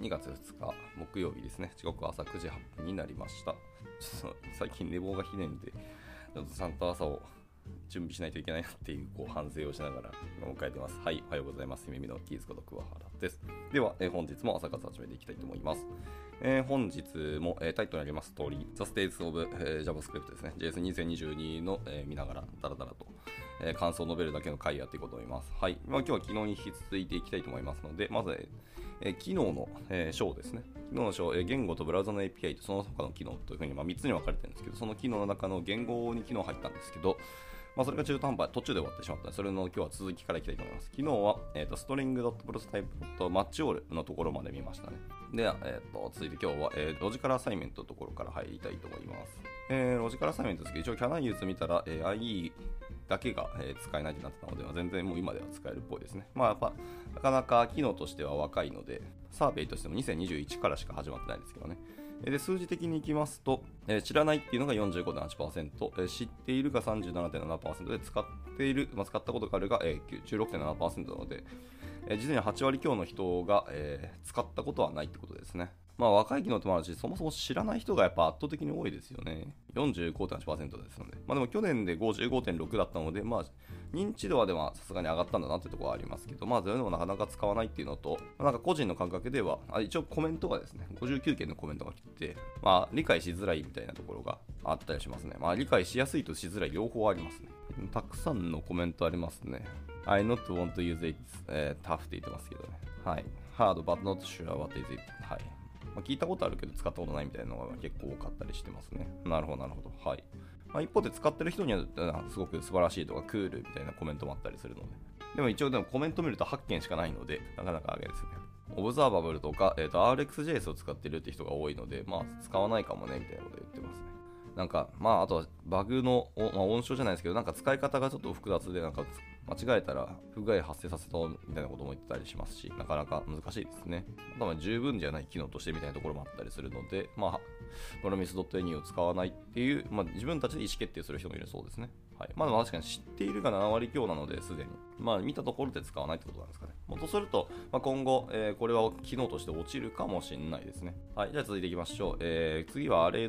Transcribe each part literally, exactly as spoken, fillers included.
にがつふつか木曜日ですね。時刻は朝くじはっぷんになりました。ちょっと最近寝坊がひどいんで、ちょっとちゃんと朝を準備しないといけないなっていう、こう反省をしながら今迎えてます。はい、おはようございます。耳のキーズこと桑原です。では、えー、本日も朝活始めていきたいと思います。えー、本日も、えー、タイトルにあります通り、The States of、えー、JavaScript ですね。ジェイエスにせんにじゅうに の、えー、見ながらダラダラと、えー、感想を述べるだけの回やっていこうと思います。はい、まあ、今日は昨日に引き続いていきたいと思いますので、まず、えー、昨日の、えー、章ですね。昨日の章、えー、言語とブラウザの エーピーアイ とその他の機能というふうに、まあ、みっつに分かれてるんですけど、その機能の中の言語に機能入ったんですけど、まあ、それが中途半端、途中で終わってしまったので、それの今日は続きからいきたいと思います。昨日は、えーと、string.prototype.matchAll のところまで見ましたね。では、えーと、続いて今日は、えー、ロジカルアサイメントのところから入りたいと思います。えー、ロジカルアサイメントですけど、一応 Can I use 見たら、えー、アイイー だけが、えー、使えないとなってたので、全然もう今では使えるっぽいですね。まあやっぱ、なかなか機能としては若いので、サーベイとしてもにせんにじゅういちからしか始まってないんですけどね。で数字的にいきますと、えー、知らないっていうのが よんじゅうごてんはちパーセント、えー、知っているが さんじゅうななてんななパーセント で使っている、まあ、使ったことがあるが、えー、じゅうろくてんななパーセント なので、えー、実にはちわり強の人が、えー、使ったことはないってことですね。まあ若い機能ってもあるし、そもそも知らない人がやっぱ圧倒的に多いですよね。よんじゅうごてんはちパーセント ですので。まあでも去年で ごじゅうごてんろく だったので、まあ認知度はではさすがに上がったんだなってところはありますけど、まあそれでもなかなか使わないっていうのと、なんか個人の感覚では、あ一応コメントがですね、ごじゅうきゅうけんのコメントが来てて、まあ理解しづらいみたいなところがあったりしますね。まあ理解しやすいとしづらい両方ありますね。たくさんのコメントありますね。I not want to use it、えー、tough って言ってますけどね。はい。hard but not sure what is it。はい。まあ、聞いたことあるけど使ったことないみたいなのが結構多かったりしてますね。なるほど、なるほど。はい。まあ、一方で使ってる人にはすごく素晴らしいとかクールみたいなコメントもあったりするので。でも一応でもコメント見るとはっけんしかないので、なかなか上げですね。オブザーバブルとか、えー、と アールエックスジェイエス を使ってるって人が多いので、まあ使わないかもねみたいなこと言ってますね。なんか、まああとはバグの、まあ、音章じゃないですけど、なんか使い方がちょっと複雑で、なんか間違えたら不具合発生させたみたいなことも言ってたりしますし、なかなか難しいですね。あとは十分じゃない機能としてみたいなところもあったりするので、まあ、プロミス .any を使わないっていう、まあ、自分たちで意思決定する人もいるそうですね。はい。まあ、確かに知っているがななわり強なので、すでに。まあ、見たところで使わないってことなんですかね。まあ、とすると、まあ、今後、えー、これは機能として落ちるかもしれないですね。はい。じゃあ続いていきましょう。えー、次は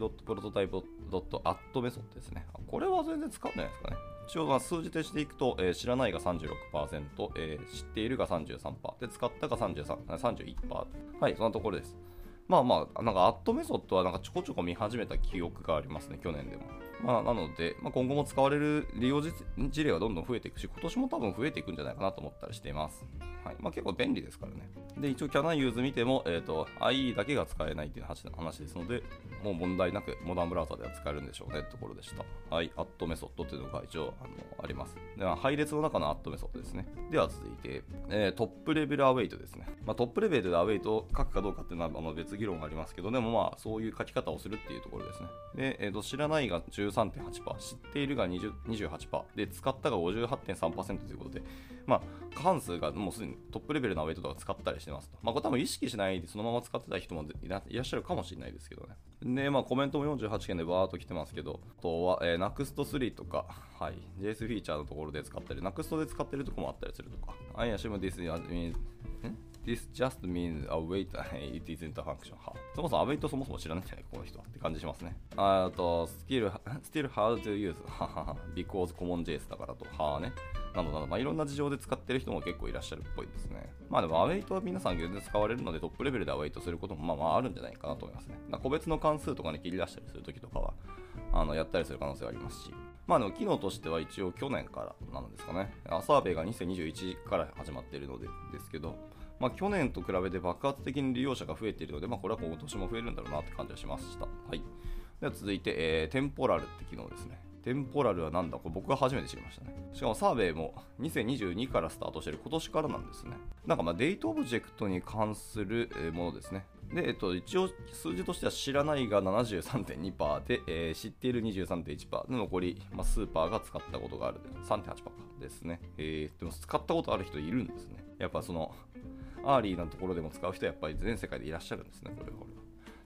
array.prototype.add ですね。これは全然使うんじゃないですかね。一応まあ数字としていくと、えー、知らないが さんじゅうろくパーセント、えー、知っているが さんじゅうさんパーセント、で使ったがさんじゅうさん、さんじゅういちパーセント。はい、そんなところです。まあまあ、なんかアットメソッドはなんかちょこちょこ見始めた記憶がありますね、去年でも。まあ、なので、まあ、今後も使われる利用事例はどんどん増えていくし、今年も多分増えていくんじゃないかなと思ったりしています。はい。まあ、結構便利ですからね。で、一応 Can I use 見ても、えっと、アイイー だけが使えないっていう話ですので、もう問題なくモダンブラウザでは使えるんでしょうねってところでした。はい。アットメソッドっていうのが一応あのあります。では、配列の中のアットメソッドですね。では続いて、えー、トップレベルアウェイトですね。まあ、トップレベルでアウェイトを書くかどうかっていうのはあの別議論がありますけど、でもまあ、そういう書き方をするっていうところですね。で、えー、と知らないが じゅうさんてんはちパーセント、知っているが にじゅう にじゅうはちパーセント、で、使ったが ごじゅうはちてんさんパーセント ということで、まあ、過半数がもうすでにトップレベルのアウェイトとか使ったりしてますと。まあ、これ多分意識しないでそのまま使ってた人もいらっしゃるかもしれないですけどね。で、まあ、コメントもよんじゅうはちけんでバーっと来てますけど、あとは、えー、ネクストスリー とか、はい、ジェイエス フィーチャーのところで使ったり、ネクストで使ってるところもあったりするとか、I assume this means, This just means await it isn't a function. はそもそも await そもそも知らないんじゃないかこの人はって感じしますね。あと still, still hard to use because common.js だからとはね。などなど、まあ、いろんな事情で使ってる人も結構いらっしゃるっぽいですね。まあでも await は皆さん全然使われるのでトップレベルで await することもまあまああるんじゃないかなと思いますね。個別の関数とかに切り出したりするときとかはあのやったりする可能性がありますし。まあでも機能としては一応去年からなんですかね。サーベイがにせんにじゅういちから始まっているのでですけど、まあ、去年と比べて爆発的に利用者が増えているので、まあ、これは今年も増えるんだろうなって感じがしました。はい。では続いて、えー、テンポラルって機能ですね。テンポラルはなんだこれ僕が初めて知りましたね。しかもサーベイもにせんにじゅうにからスタートしている今年からなんですね。なんかまあデートオブジェクトに関するものですね。で、えっと、一応数字としては知らないが ななじゅうさんてんにパーセント で、えー、知っている にじゅうさんてんいちパーセント で残り、まあ、数パーが使ったことがある さんてんはちパーセント ですね。えー、でも使ったことある人いるんですね。やっぱそのアーリーなところでも使う人はやっぱり全世界でいらっしゃるんですね、これは。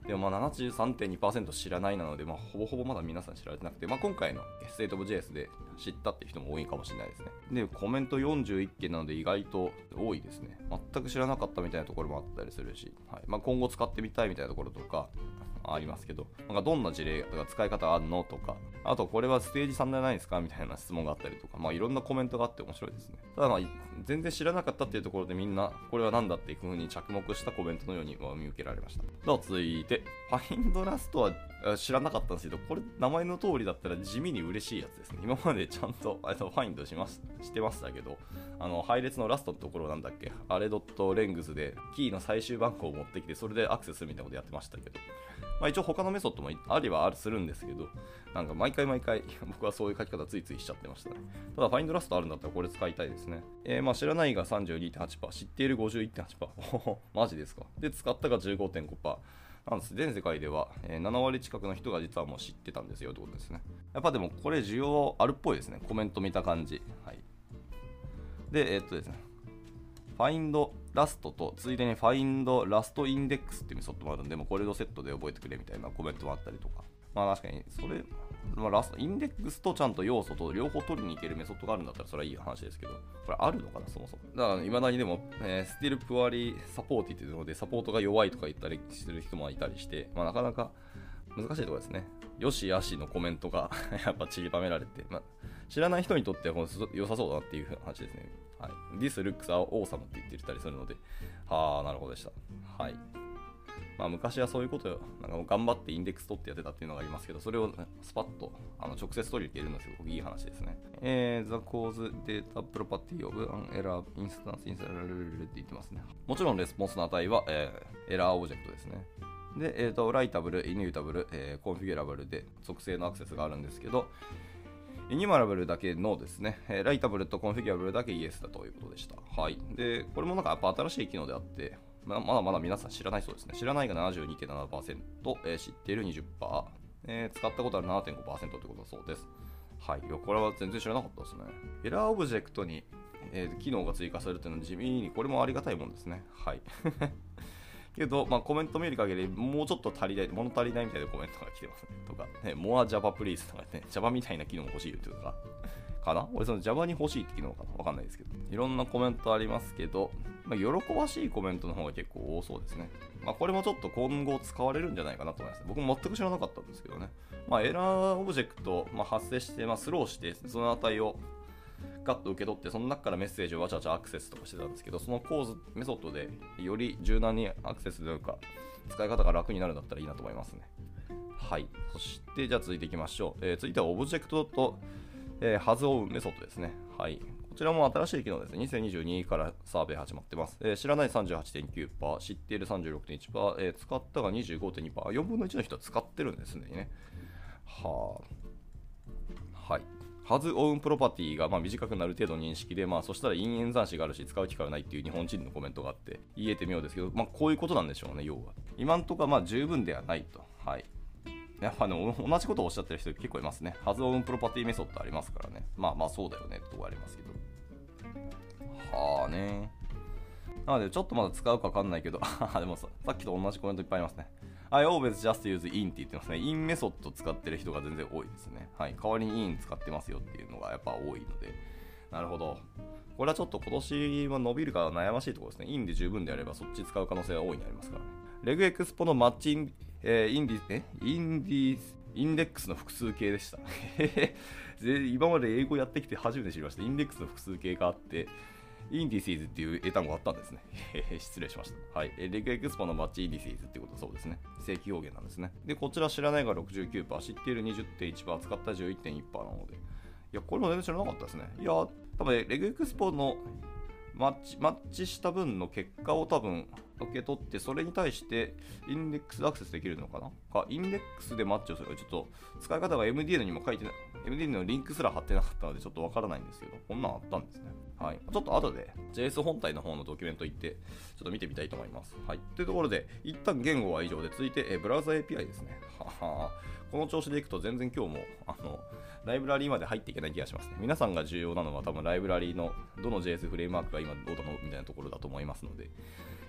でもまあ ななじゅうさんてんにパーセント 知らないなので、まあ、ほぼほぼまだ皆さん知られてなくて、まあ、今回の ステートオブジェイエス で知ったっていう人も多いかもしれないですね。で、コメントよんじゅういっけんなので意外と多いですね。全く知らなかったみたいなところもあったりするし、はい、まあ、今後使ってみたいみたいなところとかありますけど、なんかどんな事例とか使い方あるのとか、あとこれはステージさんじゃないですかみたいな質問があったりとか、まあいろんなコメントがあって面白いですね。ただまあ全然知らなかったっていうところでみんなこれは何だっていう風に着目したコメントのように見受けられました。では続いて、ファインドラストは知らなかったんですけど、これ名前の通りだったら地味に嬉しいやつですね。今までちゃんとあファインドしまししてましたけど、あの配列のラストのところなんだっけ、あれドットレングスでキーの最終番号を持ってきてそれでアクセスするみたいなことやってましたけど、まあ、一応他のメソッドもありはあるするんですけど、なんか毎回毎回僕はそういう書き方ついついしちゃってましたね。ただファインドラストあるんだったらこれ使いたいですね。えー、まあ知らないが さんじゅうにてんはちパーセント、知っている ごじゅういってんはちパーセント マジですか。で使ったが じゅうごてんごパーセントなんです。全世界ではななわり近くの人が実はもう知ってたんですよってことですね。やっぱでもこれ需要あるっぽいですね。コメント見た感じ。はい。で、えー、っとですね。ファインドラストとついでにファインドラストインデックスっていうメソッドもあるんで、もこれとセットで覚えてくれみたいなコメントもあったりとか。まあ確かに、それ、まあ、ラスト、インデックスとちゃんと要素と両方取りに行けるメソッドがあるんだったらそれはいい話ですけど、これあるのかな、そもそも。だから、いまだにでも、えー、スティルプアリサポーティっていうので、サポートが弱いとか言ったりしてる人もいたりして、まあなかなか難しいところですね。よしあしのコメントがやっぱ散りばめられて、まあ、知らない人にとっては良さそうだなっていう話ですね。はい。This looks awesome って言ってたりするので、はあ、なるほどでした。はい。まあ、昔はそういうことよ。なんか頑張ってインデックス取ってやってたっていうのがありますけど、それをスパッとあの直接取りに行けるのはすごくいい話ですね。えー、The Cause Data Property of an Error Instance Inside って言ってますね。もちろんレスポンスの値は、えー、エラーオブジェクトですね。で、えーと、ライタブル、イニュータブル、えー、コンフィギュラブルで属性のアクセスがあるんですけど、イニューマラブルだけのですね、えー、ライタブルとコンフィギュラブルだけ イエス だということでした。はい。で、これもなんかやっぱ新しい機能であって、まだまだ皆さん知らないそうですね。知らないが ななじゅうにてんななパーセント、えー、知っている にじゅっパーセント、えー、使ったことある ななてんごパーセント ということだそうです。はい。いや、これは全然知らなかったですね。エラーオブジェクトに、えー、機能が追加されるというのは地味にこれもありがたいもんですね。はい。けど、まあ、コメント見る限り、もうちょっと足りない、物足りないみたいなコメントが来てますね。とか、ね、More Java Please とかね、Java みたいな機能欲しいよというか、かな俺、その Java に欲しいって機能かなわかんないですけど。いろんなコメントありますけど、まあ、喜ばしいコメントの方が結構多そうですね。まあ、これもちょっと今後使われるんじゃないかなと思います。僕も全く知らなかったんですけどね。まあ、エラーオブジェクト、まあ、発生して、まあ、スローして、その値をガッと受け取って、その中からメッセージをわちゃわちゃアクセスとかしてたんですけど、その構図、メソッドでより柔軟にアクセスというか、使い方が楽になるんだったらいいなと思いますね。はい。そして、じゃあ続いていきましょう。えー、続いてはオブジェクトと、えー、has of メソッドですね。はい。こちらも新しい機能ですね。にせんにじゅうにからサーベイ始まってます。えー、知らない さんじゅうはちてんきゅうパーセント、知っている さんじゅうろくてんいちパーセント、えー、使ったが にじゅうごてんにパーセント、よんぶんのいちの人は使ってるんですね。はあ。はい。has own property がまあ短くなる程度の認識で、まあそしたら因縁算子があるし使う機会はないっていう日本人のコメントがあって言えてみようですけど、まあこういうことなんでしょうね、要は。今んとこはまあ十分ではないと。はい。やっぱね、同じことをおっしゃってる人結構いますね。has own property メソッドありますからね。まあまあそうだよねってとこありますけど。はあね。なのでちょっとまだ使うかわかんないけど、でもさ、さっきと同じコメントいっぱいありますね。I always just use in って言ってますね。in メソッド使ってる人が全然多いですね。はい。代わりに in 使ってますよっていうのがやっぱ多いので。なるほど。これはちょっと今年は伸びるか悩ましいところですね。in で十分であればそっち使う可能性が大いにありますからね。レグエクスポのマッチイン、えー、インディ、えインディ、インデックスの複数形でした。今まで英語やってきて初めて知りました。インデックスの複数形があって、インディシーズっていう英単語があったんですね。失礼しました。はい。レグエクスポのマッチインディシーズってことそうですね。正規表現なんですね。で、こちら知らないが ろくじゅうきゅうパーセント、知っている にじゅってんいちパーセント、使った じゅういってんいちパーセント なので。いや、これも全然知らなかったですね。いや、多分ね、レグエクスポのマッチ、マッチした分の結果を多分受け取って、それに対してインデックスでアクセスできるのかなか、インデックスでマッチをする。ちょっと使い方が エムディーエヌ にも書いてない、エムディーエヌ のリンクすら貼ってなかったのでちょっとわからないんですけど、こんなんあったんですね。はい。ちょっと後で ジェイエス 本体の方のドキュメント行って、ちょっと見てみたいと思います。はい。というところで、一旦言語は以上で、続いてえブラウザ エーピーアイ ですね。ははこの調子でいくと全然今日も、あの、ライブラリーまで入っていけない気がしますね。皆さんが重要なのは多分ライブラリーのどの ジェイエス フレームワークが今どうだのみたいなところだと思いますので、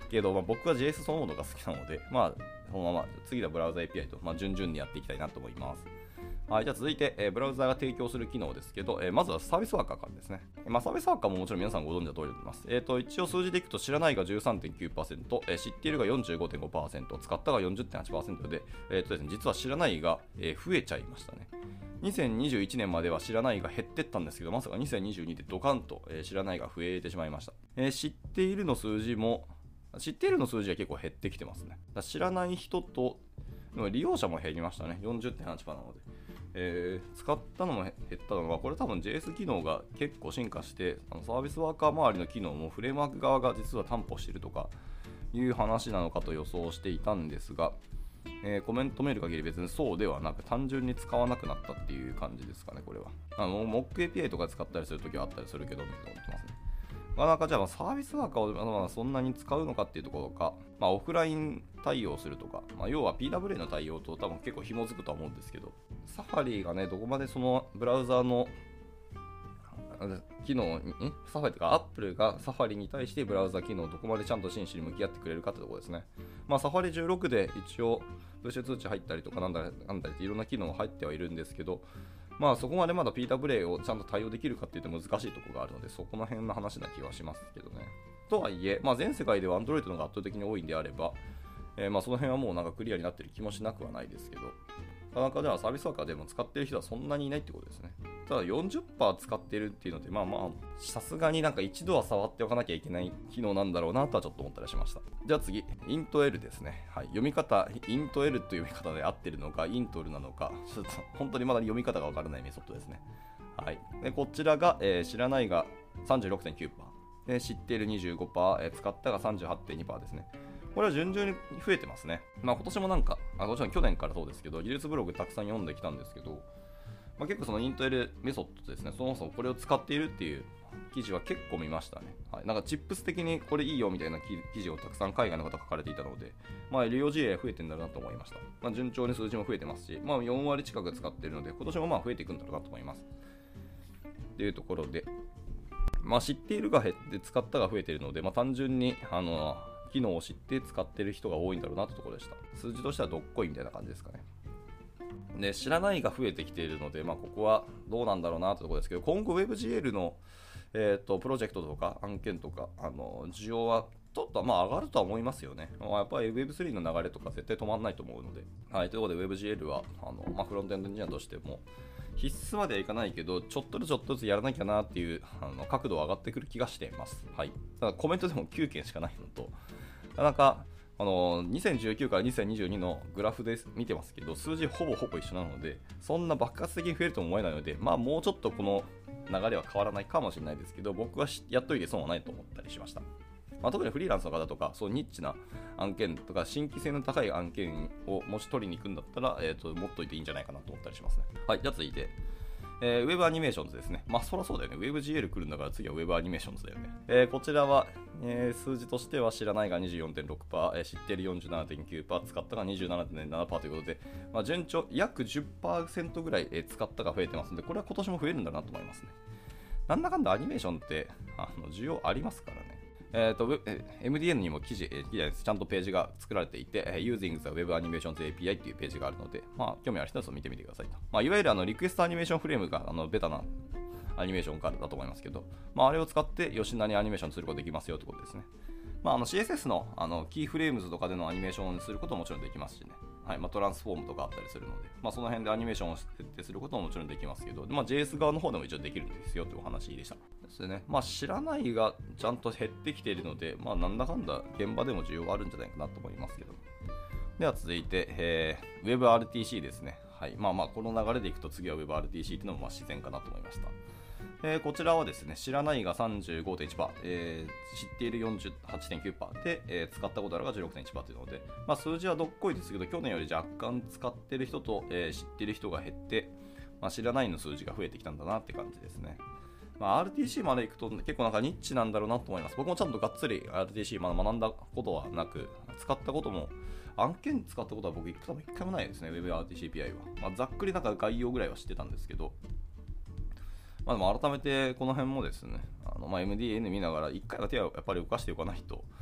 けど、まあ、僕は ジェイエス そのものが好きなので、まあ、そのまま次のブラウザ エーピーアイ と、まあ、順々にやっていきたいなと思います。はい、じゃあ続いて、えー、ブラウザが提供する機能ですけど、えー、まずはサービスワーカーからですね。まあ、サービスワーカーももちろん皆さんご存知の通りだと思います。えーと、一応数字でいくと知らないが じゅうさんてんきゅうパーセント、えー、知っているが よんじゅうごてんごパーセント、使ったが よんじゅってんはちパーセント で、えーとですね、実は知らないが、えー、増えちゃいましたね。にせんにじゅういちねんまでは知らないが減ってったんですけど、まさかにせんにじゅうにでドカンと、えー、知らないが増えてしまいました。えー、知っているの数字も、知っているの数字は結構減ってきてますね。だ知らない人と、利用者も減りましたね。よんじゅってんはちパーセント なので。えー、使ったのも減ったのは、これ多分 ジェイエス 機能が結構進化して、あのサービスワーカー周りの機能もフレームワーク側が実は担保しているとかいう話なのかと予想していたんですが、えー、コメント見る限り別にそうではなく、単純に使わなくなったっていう感じですかね、これは。あの モックエーピーアイ とか使ったりするときはあったりするけど、と思ってますね。なかなかじゃあサービスワーカーをまあそんなに使うのかっていうところか、まあ、オフライン対応するとか、まあ、要は ピーダブリュー の対応と多分結構紐づくとは思うんですけど、サファリがね、どこまでそのブラウザーの機能に、サファリとか Apple がサファリに対してブラウザ機能をどこまでちゃんと真摯に向き合ってくれるかってところですね。まあ、サファリじゅうろくで一応プッシュ通知入ったりとかなんだなんだりっていろんな機能入ってはいるんですけど、まあそこまでまだ ピーダブリューエー をちゃんと対応できるかっていうと難しいところがあるので、そこの辺の話な気はしますけどね。とはいえ、まあ、全世界では Android の方が圧倒的に多いんであれば、えー、まあその辺はもうなんかクリアになってる気もしなくはないですけど、なかなかじゃあサービスワーカーでも使ってる人はそんなにいないってことですね。ただ よんじゅっパーセント 使ってるっていうので、まあまあ、さすがになんか一度は触っておかなきゃいけない機能なんだろうなとはちょっと思ったりしました。じゃあ次、イントエルですね。はい、読み方、イントエルという読み方で合ってるのか、イントルなのか、ちょっと本当にまだ読み方がわからないメソッドですね。はい。でこちらが、えー、知らないが さんじゅうろくてんきゅうパーセント、で知っている にじゅうごパーセント、えー、使ったが さんじゅうはちてんにパーセント ですね。これは順々に増えてますね。まあ今年もなんか、あもちろん去年からそうですけど、技術ブログたくさん読んできたんですけど、まあ、結構そのイントエルメソッドですね、そもそもこれを使っているっていう記事は結構見ましたね。はい、なんかチップス的にこれいいよみたいな記事をたくさん海外の方書かれていたので、まあ、利用事例増えてんだなと思いました。まあ、順調に数字も増えてますし、まあ、よんわり近く使っているので、今年もまあ増えていくんだろうなと思います。というところで、まあ、知っているが減って使ったが増えているので、まあ、単純にあの機能を知って使っている人が多いんだろうなというところでした。数字としてはどっこいみたいな感じですかね。で知らないが増えてきているので、まあ、ここはどうなんだろうなというところですけど、今後 WebGL の、えー、とプロジェクトとか案件とかあの需要はちょっとまあ上がるとは思いますよね。まあ、やっぱり ウェブスリー の流れとか絶対止まらないと思うので、はい、ということで WebGL はあの、まあ、フロントエンドエンジニアとしても必須まではいかないけど、ちょっとずつちょっとずつやらなきゃなっていうあの角度は上がってくる気がしています。はい、ただコメントでもきゅうけんしかないのと、なかなかあのにせんじゅうきゅうからにせんにじゅうにのグラフで見てますけど、数字ほぼほぼ一緒なので、そんな爆発的に増えるとも思えないので、まあもうちょっとこの流れは変わらないかもしれないですけど、僕はやっといて損はないと思ったりしました。まあ、特にフリーランスの方とか、そうニッチな案件とか、新規性の高い案件をもし取りに行くんだったら、えーと、持っといていいんじゃないかなと思ったりしますね。はい、じゃあ続いて。えー、ウェブアニメーションズですね。まあそりゃそうだよね。WebGL 来るんだから次は Web アニメーションズだよね。えー、こちらは、えー、数字としては知らないが にじゅうよんてんろくパーセント、えー、知っている よんじゅうななてんきゅうパーセント、使ったが にじゅうななてんななパーセント ということで、まあ、順調、約 じゅっパーセント ぐらい、えー、使ったが増えてますので、これは今年も増えるんだなと思いますね。なんだかんだアニメーションってあの需要ありますからね。えーと、エムディーエヌ にも記事、えー、ちゃんとページが作られていて、Using the Web Animations エーピーアイ っていうページがあるので、まあ、興味ある人は見てみてくださいと。まあ、いわゆるあのリクエストアニメーションフレームがあのベタなアニメーションからだと思いますけど、まあ、あれを使って吉田にアニメーションすることができますよということですね。まあ、あの シーエスエス の, あのキーフレームズとかでのアニメーションをすることももちろんできますしね。はいまあ、トランスフォームとかあったりするので、まあ、その辺でアニメーションを設定することももちろんできますけど、まあ、ジェイエス 側の方でも一応できるんですよというお話でした。ですね。まあ、知らないがちゃんと減ってきているので、まあ、なんだかんだ現場でも需要があるんじゃないかなと思いますけど。では続いて、えー、WebRTC ですね。はい。まあまあ、この流れでいくと次は WebRTC っていうのもまあ自然かなと思いました。えー、こちらはですね、知らないが さんじゅうごてんいちパーセント、えー、知っている よんじゅうはちてんきゅうパーセント で、えー、使ったことあるが じゅうろくてんいちパーセント というので、まあ、数字はどっこいですけど、去年より若干使ってる人と、えー、知ってる人が減って、まあ、知らないの数字が増えてきたんだなって感じですね。まあ、アールティーシー まで行くと結構なんかニッチなんだろうなと思います。僕もちゃんとがっつり アールティーシー まだ学んだことはなく、使ったことも、案件使ったことは僕多分一回もないですね、WebRTCPI は。まあ、ざっくりなんか概要ぐらいは知ってたんですけど、まあ、でも改めてこの辺もですね、あのまあ エムディーエヌ 見ながらいっかいは手をやっぱり動かしておかないと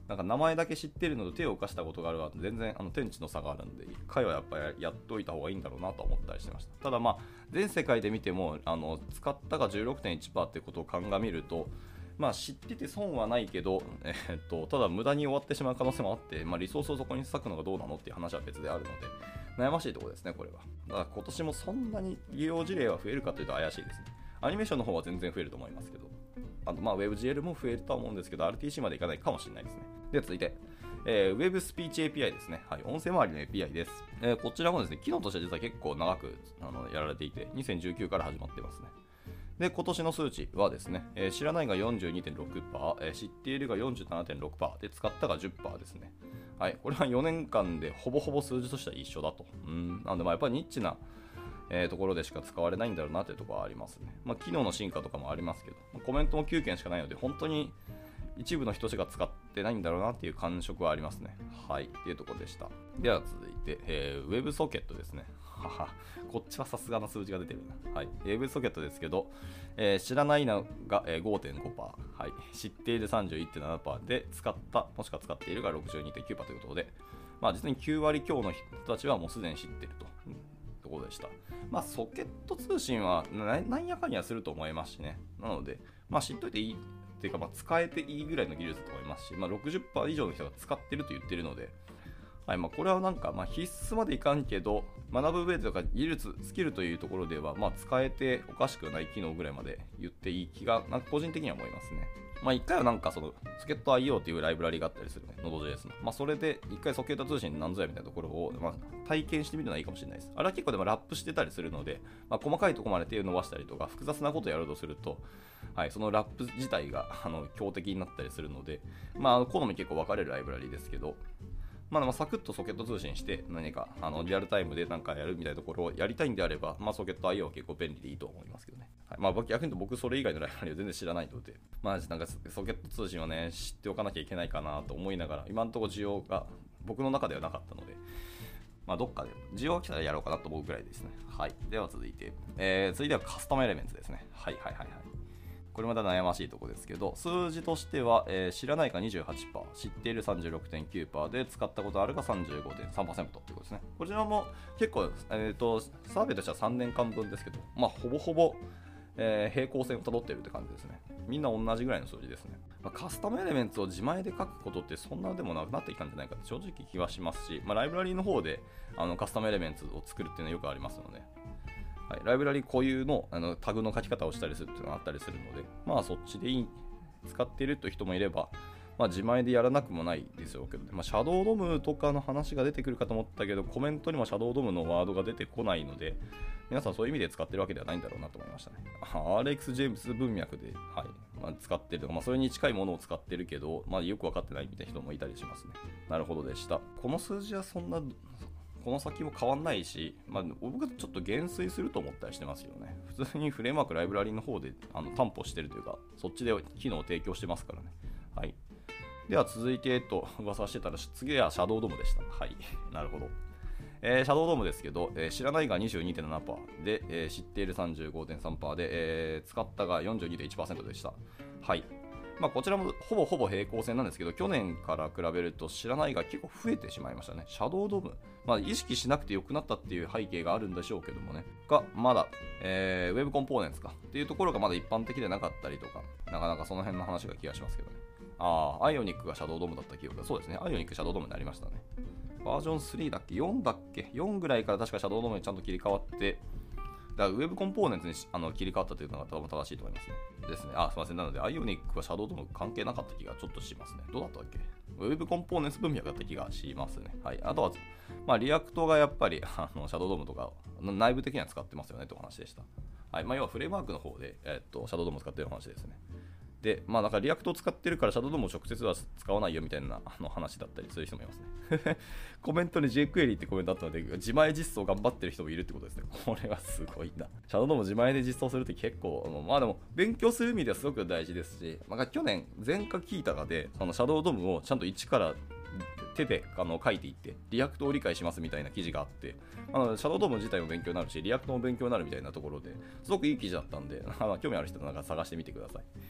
なんか名前だけ知ってるのと手を動かしたことがあるのは全然あの天地の差があるんで、一回はやっぱりやっておいた方がいいんだろうなと思ったりしてました。ただまあ全世界で見てもあの使ったが じゅうろくてんいちパーセント ってことを鑑みると、まあ知ってて損はないけど、えー、っとただ無駄に終わってしまう可能性もあって、まあ、リソースをそこに割くのがどうなのっていう話は別であるので悩ましいところですね、これは。だから今年もそんなに利用事例は増えるかというと怪しいですね。アニメーションの方は全然増えると思いますけど、あとまあ WebGL も増えるとは思うんですけど アールティーシー までいかないかもしれないですね。では続いて、えー、Web スピーチ エーピーアイ ですね。はい、音声周りの エーピーアイ です。えー、こちらもですね、機能としては実は結構長くあのやられていて、にせんじゅうきゅうから始まってますね。で、今年の数値はですね、えー、知らないが よんじゅうにてんろくパーセント、えー、知っているが よんじゅうななてんろくパーセント、で、使ったが じゅっパーセント ですね。はい、これはよねんかんでほぼほぼ数字としては一緒だと。うん、なので、まあやっぱりニッチな、えー、ところでしか使われないんだろうなというところはありますね。まあ、機能の進化とかもありますけど、コメントもきゅうけんしかないので、本当に一部の人しか使ってないんだろうなっていう感触はありますね。はい、っていうところでした。では続いて、えー、WebSocket ですね。はは、こっちはさすがな数字が出てるな。はい、WebSocket ですけど、えー、知らないのが ごてんごパーセント、はい、知っている さんじゅういってんななパーセント で、使った、もしくは使っているが ろくじゅうにてんきゅうパーセント ということで、まあ、実にきゅうわり強の人たちはもうすでに知っていると。うん、ところでした。まあ、ソケット通信はなんやかんやすると思いますしね。なので、まあ、知っといていいっていうか、まあ、使えていいぐらいの技術だと思いますし、まあ、ろくじゅっパーセント 以上の人が使ってると言ってるので、はい、まあ、これはなんか、まあ、必須までいかんけど、学ぶ上でとか技術、スキルというところでは、まあ、使えておかしくない機能ぐらいまで言っていい気が、なんか個人的には思いますね。まあ、一回はなんかその、ソケット アイオー っていうライブラリがあったりするね、ノード ジェイエス の。まあ、それで一回ソケット通信なんぞやみたいなところを、まあ、体験してみるのはいいかもしれないです。あれは結構でもラップしてたりするので、まあ、細かいところまで手を伸ばしたりとか、複雑なことをやろうとすると、はい、そのラップ自体があの強敵になったりするので、まあ、好み結構分かれるライブラリですけど、まあ、まあサクッとソケット通信して何かあのリアルタイムで何かやるみたいなところをやりたいんであれば、まあ、ソケット アイオー は結構便利でいいと思いますけどね。はい、まあ、逆に言うと僕それ以外のライブラリを全然知らないので、まあ、なんかソケット通信はね、知っておかなきゃいけないかなと思いながら、今のところ需要が僕の中ではなかったので、まあ、どっかで需要が来たらやろうかなと思うぐらいですね。はい。では続いて、えー、続いてはカスタムエレメンツですね。はいはいはいはい。これまた悩ましいところですけど、数字としては、えー、知らないが にじゅうはちパーセント、知っている さんじゅうろくてんきゅうパーセント で、使ったことあるが さんじゅうごてんさんパーセント ということですね。こちらも結構、えーと、サーベイとしてはさんねんかんぶんですけど、まあ、ほぼほぼ、えー、平行線をたどっているって感じですね。みんな同じぐらいの数字ですね。まあ、カスタムエレメンツを自前で書くことってそんなでもなくなってきたんじゃないかって正直気はしますし、まあ、ライブラリの方であのカスタムエレメンツを作るっていうのはよくありますので、はい、ライブラリ固有 の, あのタグの書き方をしたりするっていうのがあったりするので、まあそっちでいい使っているという人もいれば、まあ、自前でやらなくもないですよけど、ね、まあ、シャドウドムとかの話が出てくるかと思ったけど、コメントにもシャドウドムのワードが出てこないので、皆さんそういう意味で使ってるわけではないんだろうなと思いましたね。アールエックス ジェームス文脈で、はい、まあ、使ってるとか、まあ、それに近いものを使ってるけど、まあ、よく分かってないみたいな人もいたりしますね。なるほどでした。この数字はそんなこの先も変わんないし、まあ、僕はちょっと減衰すると思ったりしてますよね。普通にフレームワークライブラリの方であの担保してるというか、そっちで機能を提供してますからね。はい。では続いて、えっと、噂してたら、次はシャドウドームでした。はい。なるほど。えー、シャドウドームですけど、えー、知らないが にじゅうにてんななパーセント で、えー、知っている さんじゅうごてんさんパーセント で、えー、使ったが よんじゅうにてんいちパーセント でした。はい。まあ、こちらもほぼほぼ平行線なんですけど、去年から比べると知らないが結構増えてしまいましたね。シャドウドーム。まあ、意識しなくてよくなったっていう背景があるんでしょうけどもね。が、まだ、えー、Web コンポーネンツかっていうところがまだ一般的でなかったりとか、なかなかその辺の話が気がしますけどね。ああ、アイオニックがシャドウドームだった記憶が、そうですね。アイオニックシャドウドームになりましたね。バージョンスリーだっけ ?よん だっけ ?よん ぐらいから確かシャドウドームにちゃんと切り替わって、だから Web コンポーネンツにあの切り替わったというのが多分正しいと思いますね。ですね。あ、すみません。なので、アイオニックはシャドウドーム関係なかった気がちょっとしますね。どうだったっけ ?Web コンポーネンツ文脈だった気がしますね。はい。あとは、まあ、リアクトがやっぱりあのシャドウドームとか内部的には使ってますよねという話でした。はい。まあ、要はフレームワークの方で、えー、っとシャドウドームを使っている話ですね。で、まあ、なんかリアクトを使ってるからシャドウドームを直接は使わないよみたいなあの話だったりする人もいますね。コメントに jQuery ってコメントあったので、自前実装頑張ってる人もいるってことですね。これはすごいな。シャドウドーム自前で実装するって結構、まあでも勉強する意味ではすごく大事ですし、まあ、去年前科聞いたがで、そのシャドウドームをちゃんと一から手であの書いていって、リアクトを理解しますみたいな記事があって、あのシャドウドーム自体も勉強になるし、リアクトも勉強になるみたいなところで、すごくいい記事だったんで、興味ある人はなんか探してみてください。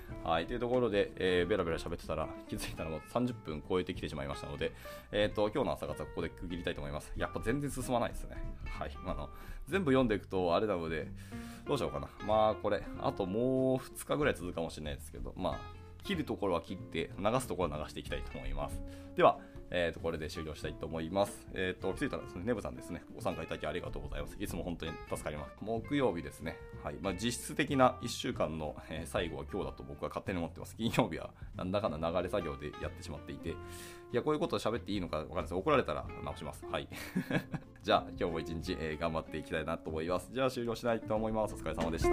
はい、というところで、えー、ベラベラ喋ってたら気づいたらもうさんじゅっぷん超えてきてしまいましたので、えー、と今日の朝活はここで区切りたいと思います。やっぱ全然進まないですね。はい、あの全部読んでいくとあれなので、どうしようかな。まあこれ、あともうふつかぐらい続くかもしれないですけど、まあ切るところは切って、流すところは流していきたいと思います。では、えー、とこれで終了したいと思います。えー、と気づいたらですね、ネブさんですね、ご参加いただきありがとうございます。いつも本当に助かります。木曜日ですね、はい、まあ、実質的ないっしゅうかんの、えー、最後は今日だと僕は勝手に思ってます。金曜日はなんだかんだ流れ作業でやってしまっていて、いや、こういうことを喋っていいのか分かんないです。怒られたら直します。はい。じゃあ、今日も一日、えー、頑張っていきたいなと思います。じゃあ、終了しないと思います。お疲れ様でした。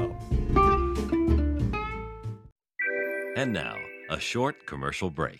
And now, a short commercial break.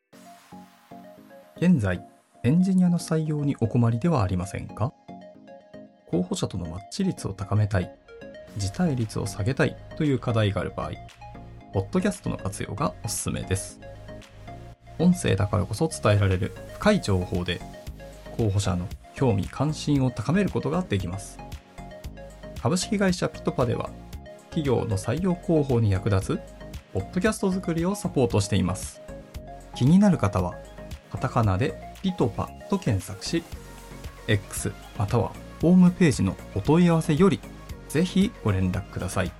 現在、エンジニアの採用にお困りではありませんか？候補者とのマッチ率を高めたい、辞退率を下げたいという課題がある場合、ポッドキャストの活用がおすすめです。音声だからこそ伝えられる深い情報で、候補者の興味関心を高めることができます。株式会社ピトパでは、企業の採用広報に役立つポッドキャスト作りをサポートしています。気になる方は、カタカナでピトパと検索し、X またはホームページのお問い合わせよりぜひご連絡ください。